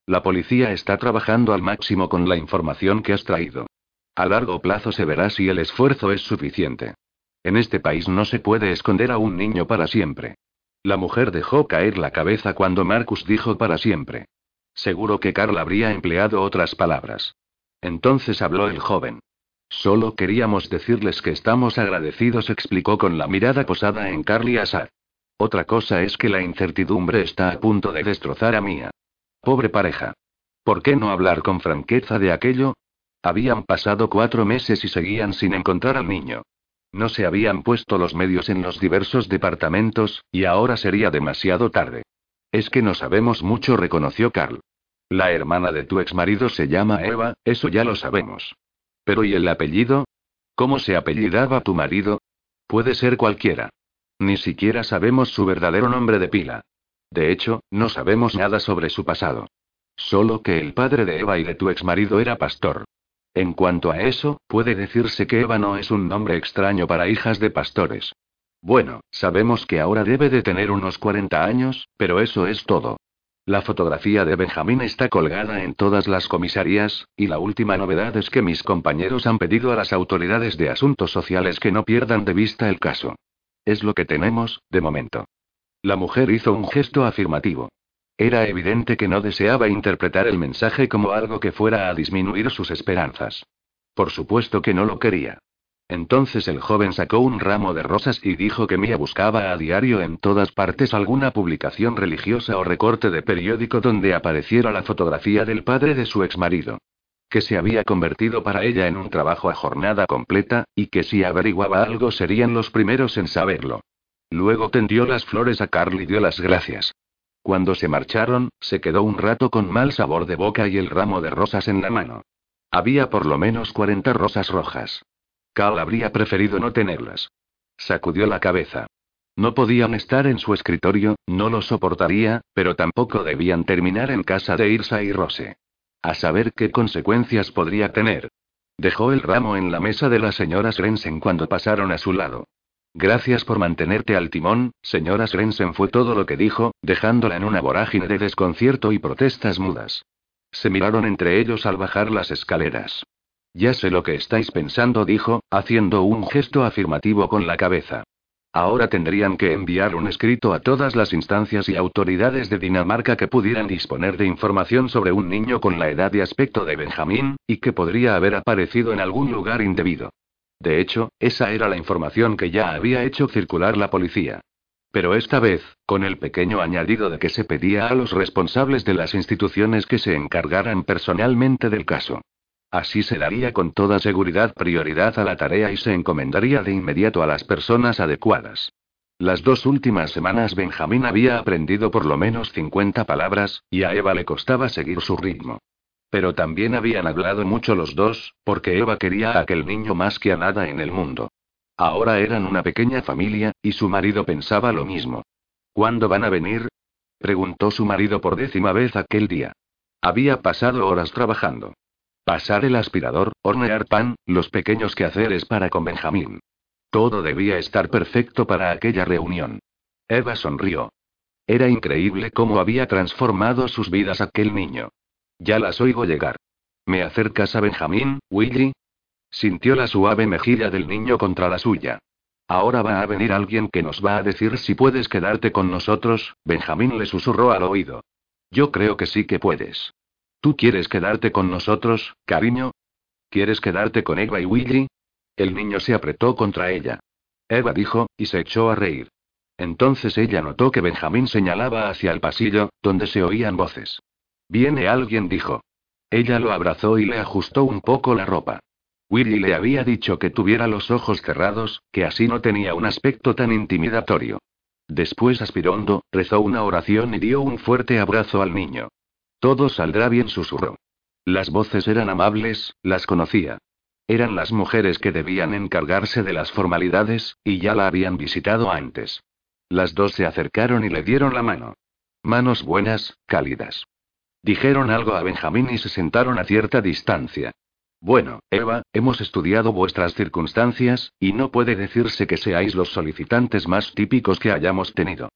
La policía está trabajando al máximo con la información que has traído. A largo plazo se verá si el esfuerzo es suficiente. En este país no se puede esconder a un niño para siempre. La mujer dejó caer la cabeza cuando Marcus dijo para siempre. Seguro que Carl habría empleado otras palabras. Entonces habló el joven. Solo queríamos decirles que estamos agradecidos, explicó con la mirada posada en Carl y Asad. Otra cosa es que la incertidumbre está a punto de destrozar a Mia. Pobre pareja. ¿Por qué no hablar con franqueza de aquello? Habían pasado cuatro meses y seguían sin encontrar al niño. No se habían puesto los medios en los diversos departamentos, y ahora sería demasiado tarde. Es que no sabemos mucho, reconoció Carl. La hermana de tu exmarido se llama Eva, eso ya lo sabemos. Pero ¿y el apellido? ¿Cómo se apellidaba tu marido? Puede ser cualquiera. Ni siquiera sabemos su verdadero nombre de pila. De hecho, no sabemos nada sobre su pasado. Solo que el padre de Eva y de tu exmarido era pastor. En cuanto a eso, puede decirse que Eva no es un nombre extraño para hijas de pastores. Bueno, sabemos que ahora debe de tener unos cuarenta años, pero eso es todo. La fotografía de Benjamín está colgada en todas las comisarías, y la última novedad es que mis compañeros han pedido a las autoridades de asuntos sociales que no pierdan de vista el caso. Es lo que tenemos, de momento. La mujer hizo un gesto afirmativo. Era evidente que no deseaba interpretar el mensaje como algo que fuera a disminuir sus esperanzas. Por supuesto que no lo quería. Entonces el joven sacó un ramo de rosas y dijo que Mia buscaba a diario en todas partes alguna publicación religiosa o recorte de periódico donde apareciera la fotografía del padre de su exmarido. Que se había convertido para ella en un trabajo a jornada completa, y que si averiguaba algo serían los primeros en saberlo. Luego tendió las flores a Carl y dio las gracias. Cuando se marcharon, se quedó un rato con mal sabor de boca y el ramo de rosas en la mano. Había por lo menos cuarenta rosas rojas. Carl habría preferido no tenerlas. Sacudió la cabeza. No podían estar en su escritorio, no lo soportaría, pero tampoco debían terminar en casa de Ilsa y Rose. A saber qué consecuencias podría tener. Dejó el ramo en la mesa de la señora Srensen cuando pasaron a su lado. Gracias por mantenerte al timón, señora Srensen, fue todo lo que dijo, dejándola en una vorágine de desconcierto y protestas mudas. Se miraron entre ellos al bajar las escaleras. Ya sé lo que estáis pensando, dijo, haciendo un gesto afirmativo con la cabeza. Ahora tendrían que enviar un escrito a todas las instancias y autoridades de Dinamarca que pudieran disponer de información sobre un niño con la edad y aspecto de Benjamín, y que podría haber aparecido en algún lugar indebido. De hecho, esa era la información que ya había hecho circular la policía. Pero esta vez, con el pequeño añadido de que se pedía a los responsables de las instituciones que se encargaran personalmente del caso. Así se daría con toda seguridad prioridad a la tarea y se encomendaría de inmediato a las personas adecuadas. Las dos últimas semanas Benjamín había aprendido por lo menos cincuenta palabras, y a Eva le costaba seguir su ritmo. Pero también habían hablado mucho los dos, porque Eva quería a aquel niño más que a nada en el mundo. Ahora eran una pequeña familia, y su marido pensaba lo mismo. ¿Cuándo van a venir?, preguntó su marido por décima vez aquel día. Había pasado horas trabajando. Pasar el aspirador, hornear pan, los pequeños quehaceres para con Benjamín. Todo debía estar perfecto para aquella reunión. Eva sonrió. Era increíble cómo había transformado sus vidas aquel niño. Ya las oigo llegar. ¿Me acercas a Benjamín, Willy? Sintió la suave mejilla del niño contra la suya. Ahora va a venir alguien que nos va a decir si puedes quedarte con nosotros, Benjamín le susurró al oído. Yo creo que sí que puedes. ¿Tú quieres quedarte con nosotros, cariño? ¿Quieres quedarte con Eva y Willy? El niño se apretó contra ella. Eva dijo, y se echó a reír. Entonces ella notó que Benjamín señalaba hacia el pasillo, donde se oían voces. Viene alguien, dijo. Ella lo abrazó y le ajustó un poco la ropa. Willy le había dicho que tuviera los ojos cerrados, que así no tenía un aspecto tan intimidatorio. Después aspiró hondo, rezó una oración y dio un fuerte abrazo al niño. Todo saldrá bien, susurró. Las voces eran amables, las conocía. Eran las mujeres que debían encargarse de las formalidades, y ya la habían visitado antes. Las dos se acercaron y le dieron la mano. Manos buenas, cálidas. Dijeron algo a Benjamín y se sentaron a cierta distancia. Bueno, Eva, hemos estudiado vuestras circunstancias, y no puede decirse que seáis los solicitantes más típicos que hayamos tenido.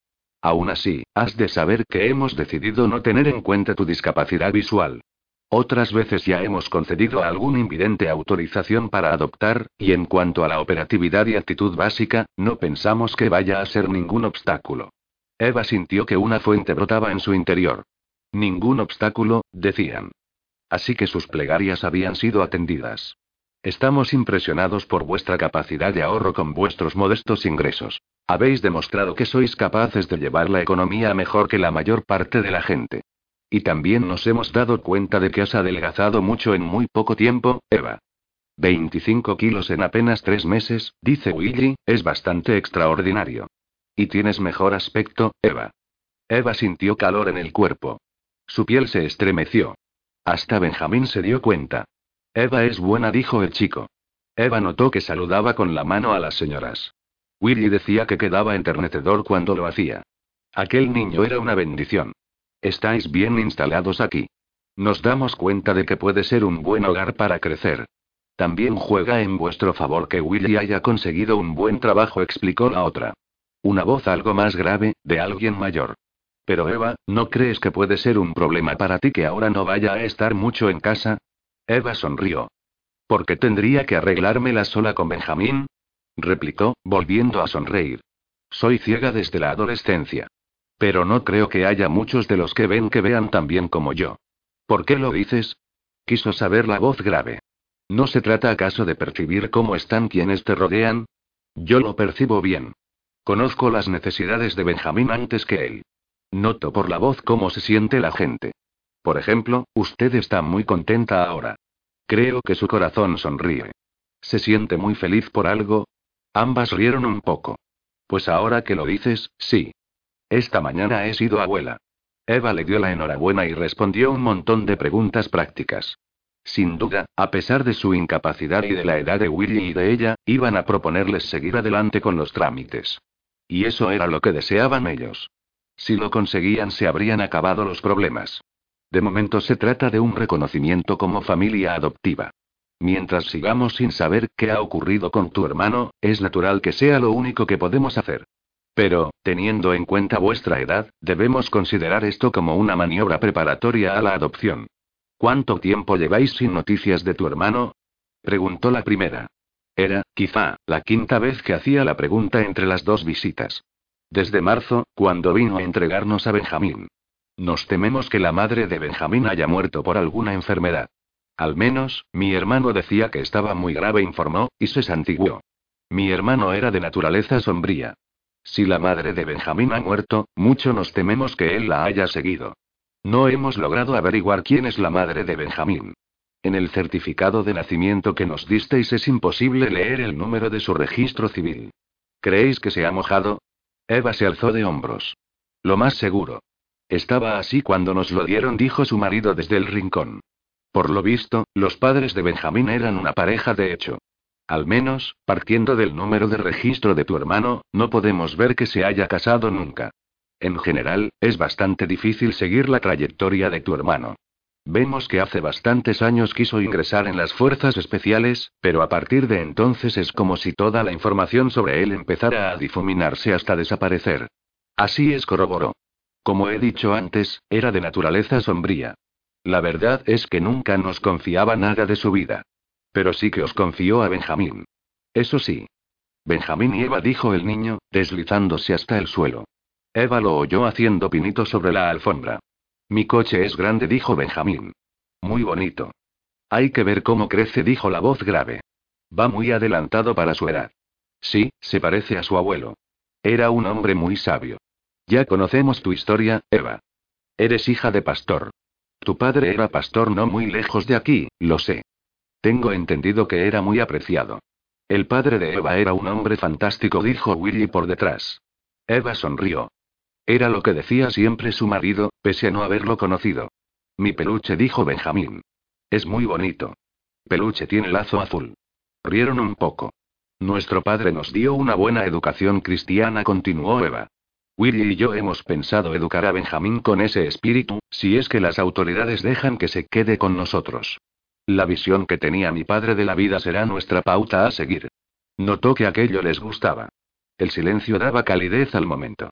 Aún así, has de saber que hemos decidido no tener en cuenta tu discapacidad visual. Otras veces ya hemos concedido a algún invidente autorización para adoptar, y en cuanto a la operatividad y actitud básica, no pensamos que vaya a ser ningún obstáculo. Eva sintió que una fuente brotaba en su interior. Ningún obstáculo, decían. Así que sus plegarias habían sido atendidas. Estamos impresionados por vuestra capacidad de ahorro con vuestros modestos ingresos. Habéis demostrado que sois capaces de llevar la economía mejor que la mayor parte de la gente. Y también nos hemos dado cuenta de que has adelgazado mucho en muy poco tiempo, Eva. veinticinco kilos en apenas tres meses, dice Willy, es bastante extraordinario. Y tienes mejor aspecto, Eva. Eva sintió calor en el cuerpo. Su piel se estremeció. Hasta Benjamín se dio cuenta. Eva es buena, dijo el chico. Eva notó que saludaba con la mano a las señoras. Willy decía que quedaba enternecedor cuando lo hacía. Aquel niño era una bendición. Estáis bien instalados aquí. Nos damos cuenta de que puede ser un buen hogar para crecer. También juega en vuestro favor que Willy haya conseguido un buen trabajo, explicó la otra. Una voz algo más grave, de alguien mayor. Pero Eva, ¿no crees que puede ser un problema para ti que ahora no vaya a estar mucho en casa? Eva sonrió. ¿Por qué tendría que arreglármela sola con Benjamín? Replicó, volviendo a sonreír. Soy ciega desde la adolescencia. Pero no creo que haya muchos de los que ven que vean tan bien como yo. ¿Por qué lo dices? Quiso saber la voz grave. ¿No se trata acaso de percibir cómo están quienes te rodean? Yo lo percibo bien. Conozco las necesidades de Benjamín antes que él. Noto por la voz cómo se siente la gente. Por ejemplo, usted está muy contenta ahora. Creo que su corazón sonríe. ¿Se siente muy feliz por algo? Ambas rieron un poco. Pues ahora que lo dices, sí. Esta mañana he sido abuela. Eva le dio la enhorabuena y respondió un montón de preguntas prácticas. Sin duda, a pesar de su incapacidad y de la edad de Willy y de ella, iban a proponerles seguir adelante con los trámites. Y eso era lo que deseaban ellos. Si lo conseguían, se habrían acabado los problemas. De momento se trata de un reconocimiento como familia adoptiva. Mientras sigamos sin saber qué ha ocurrido con tu hermano, es natural que sea lo único que podemos hacer. Pero, teniendo en cuenta vuestra edad, debemos considerar esto como una maniobra preparatoria a la adopción. ¿Cuánto tiempo lleváis sin noticias de tu hermano? Preguntó la primera. Era, quizá, la quinta vez que hacía la pregunta entre las dos visitas. Desde marzo, cuando vino a entregarnos a Benjamín. Nos tememos que la madre de Benjamín haya muerto por alguna enfermedad. Al menos, mi hermano decía que estaba muy grave, informó, y se santiguó. Mi hermano era de naturaleza sombría. Si la madre de Benjamín ha muerto, mucho nos tememos que él la haya seguido. No hemos logrado averiguar quién es la madre de Benjamín. En el certificado de nacimiento que nos disteis es imposible leer el número de su registro civil. ¿Creéis que se ha mojado? Eva se alzó de hombros. Lo más seguro. Estaba así cuando nos lo dieron, dijo su marido desde el rincón. Por lo visto, los padres de Benjamín eran una pareja de hecho. Al menos, partiendo del número de registro de tu hermano, no podemos ver que se haya casado nunca. En general, es bastante difícil seguir la trayectoria de tu hermano. Vemos que hace bastantes años quiso ingresar en las fuerzas especiales, pero a partir de entonces es como si toda la información sobre él empezara a difuminarse hasta desaparecer. Así es, corroboró. Como he dicho antes, era de naturaleza sombría. La verdad es que nunca nos confiaba nada de su vida. Pero sí que os confió a Benjamín. Eso sí. Benjamín y Eva, dijo el niño, deslizándose hasta el suelo. Eva lo oyó haciendo pinitos sobre la alfombra. Mi coche es grande, dijo Benjamín. Muy bonito. Hay que ver cómo crece, dijo la voz grave. Va muy adelantado para su edad. Sí, se parece a su abuelo. Era un hombre muy sabio. Ya conocemos tu historia, Eva. Eres hija de pastor. Tu padre era pastor no muy lejos de aquí, lo sé. Tengo entendido que era muy apreciado. El padre de Eva era un hombre fantástico, dijo Willy por detrás. Eva sonrió. Era lo que decía siempre su marido, pese a no haberlo conocido. Mi peluche, dijo Benjamín. Es muy bonito. Peluche tiene lazo azul. Rieron un poco. Nuestro padre nos dio una buena educación cristiana, continuó Eva. Willy y yo hemos pensado educar a Benjamín con ese espíritu, si es que las autoridades dejan que se quede con nosotros. La visión que tenía mi padre de la vida será nuestra pauta a seguir. Notó que aquello les gustaba. El silencio daba calidez al momento.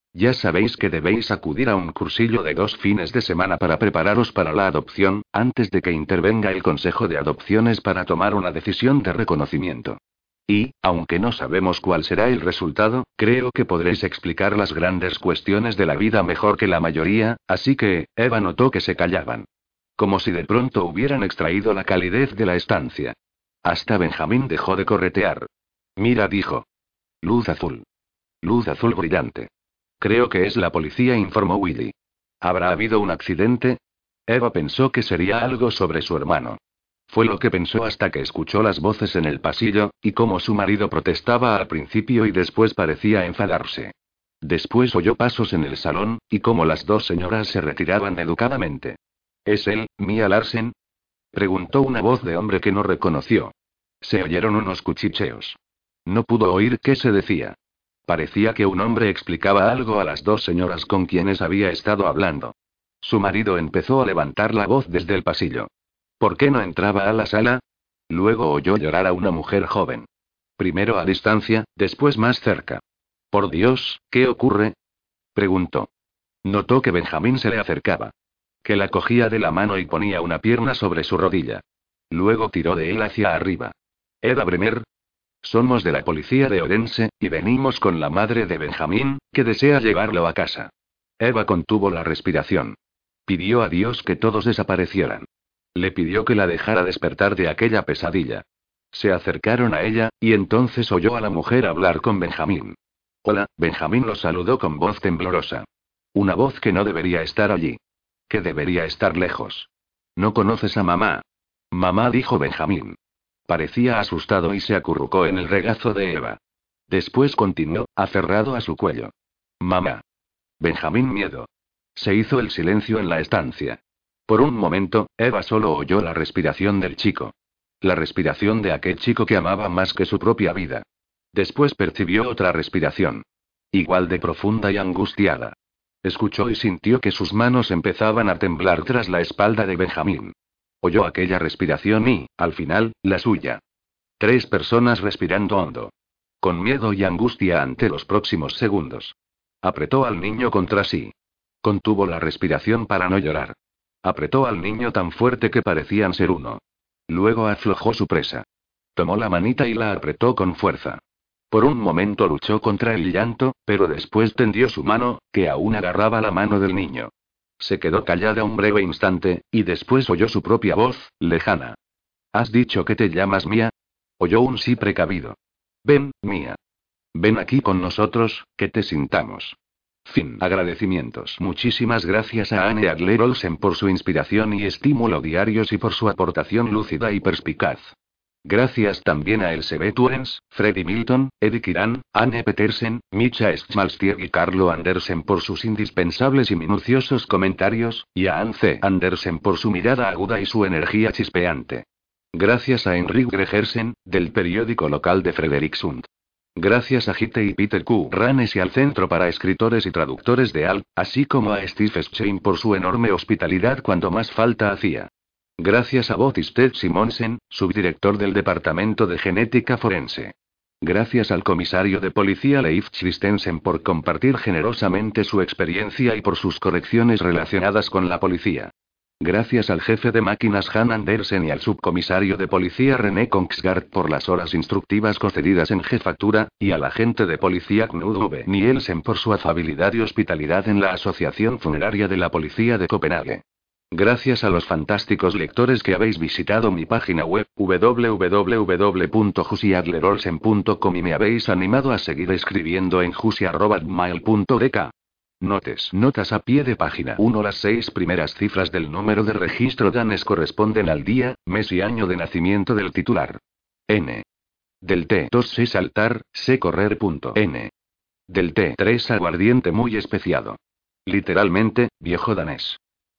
Ya sabéis que debéis acudir a un cursillo de dos fines de semana para prepararos para la adopción, antes de que intervenga el Consejo de Adopciones para tomar una decisión de reconocimiento. Y, aunque no sabemos cuál será el resultado, creo que podréis explicar las grandes cuestiones de la vida mejor que la mayoría, así que, Eva notó que se callaban. Como si de pronto hubieran extraído la calidez de la estancia. Hasta Benjamín dejó de corretear. Mira, dijo. Luz azul. Luz azul brillante. Creo que es la policía, informó Willy. ¿Habrá habido un accidente? Eva pensó que sería algo sobre su hermano. Fue lo que pensó hasta que escuchó las voces en el pasillo, y cómo su marido protestaba al principio y después parecía enfadarse. Después oyó pasos en el salón, y cómo las dos señoras se retiraban educadamente. ¿Es él, Mia Larsen? Preguntó una voz de hombre que no reconoció. Se oyeron unos cuchicheos. No pudo oír qué se decía. Parecía que un hombre explicaba algo a las dos señoras con quienes había estado hablando. Su marido empezó a levantar la voz desde el pasillo. ¿Por qué no entraba a la sala? Luego oyó llorar a una mujer joven. Primero a distancia, después más cerca. Por Dios, ¿qué ocurre? Preguntó. Notó que Benjamín se le acercaba. Que la cogía de la mano y ponía una pierna sobre su rodilla. Luego tiró de él hacia arriba. ¿Eva Bremer? Somos de la policía de Orense, y venimos con la madre de Benjamín, que desea llevarlo a casa. Eva contuvo la respiración. Pidió a Dios que todos desaparecieran. Le pidió que la dejara despertar de aquella pesadilla. Se acercaron a ella, y entonces oyó a la mujer hablar con Benjamín. Hola, Benjamín lo saludó con voz temblorosa. Una voz que no debería estar allí. Que debería estar lejos. ¿No conoces a mamá? Mamá, dijo Benjamín. Parecía asustado y se acurrucó en el regazo de Eva. Después continuó, aferrado a su cuello. Mamá. Benjamín, miedo. Se hizo el silencio en la estancia. Por un momento, Eva solo oyó la respiración del chico. La respiración de aquel chico que amaba más que su propia vida. Después percibió otra respiración. Igual de profunda y angustiada. Escuchó y sintió que sus manos empezaban a temblar tras la espalda de Benjamín. Oyó aquella respiración y, al final, la suya. Tres personas respirando hondo. Con miedo y angustia ante los próximos segundos. Apretó al niño contra sí. Contuvo la respiración para no llorar. Apretó al niño tan fuerte que parecían ser uno. Luego aflojó su presa. Tomó la manita y la apretó con fuerza. Por un momento luchó contra el llanto, pero después tendió su mano, que aún agarraba la mano del niño. Se quedó callada un breve instante, y después oyó su propia voz, lejana. ¿Has dicho que te llamas Mia? Oyó un sí precavido. Ven, Mia. Ven aquí con nosotros, que te sintamos. Fin. Agradecimientos. Muchísimas gracias a Anne Adler Olsen por su inspiración y estímulo diarios y por su aportación lúcida y perspicaz. Gracias también a Elsebeth Urens, Freddy Milton, Eddie Kiran, Anne Petersen, Micha Schmalstieg y Carlo Andersen por sus indispensables y minuciosos comentarios, y a Anne C. Andersen por su mirada aguda y su energía chispeante. Gracias a Henrik Gregersen, del periódico local de Frederiksund. Gracias a Gitte y Peter Q. Ranes y al Centro para Escritores y Traductores de A L, así como a Steve Schein por su enorme hospitalidad cuando más falta hacía. Gracias a Botisted Simonsen, subdirector del Departamento de Genética Forense. Gracias al comisario de policía Leif Christensen por compartir generosamente su experiencia y por sus correcciones relacionadas con la policía. Gracias al jefe de máquinas Han Andersen y al subcomisario de policía René Kongsgaard por las horas instructivas concedidas en jefatura, y al agente de policía Knud V. Nielsen por su afabilidad y hospitalidad en la Asociación Funeraria de la Policía de Copenhague. Gracias a los fantásticos lectores que habéis visitado mi página web, w w w punto jussi adler olsen punto com y me habéis animado a seguir escribiendo en jussi arroba gmail punto d k. Notes. Notas a pie de página uno. Las seis primeras cifras del número de registro danés corresponden al día, mes y año de nacimiento del titular. N. Del T dos sé saltar, sé correr. Punto. N. Del T tres aguardiente muy especiado. Literalmente, viejo danés.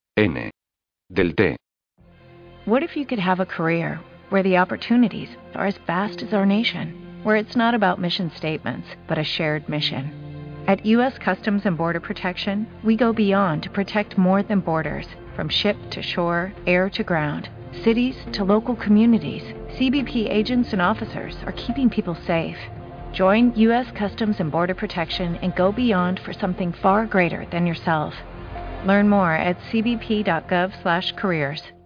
N. Del T. What if you could have a career where the opportunities are as vast as our nation, where it's not about mission statements, but a shared mission? At U S Customs and Border Protection, we go beyond to protect more than borders. From ship to shore, air to ground, cities to local communities, C B P agents and officers are keeping people safe. Join U S Customs and Border Protection and go beyond for something far greater than yourself. Learn more at c b p dot gov slash careers.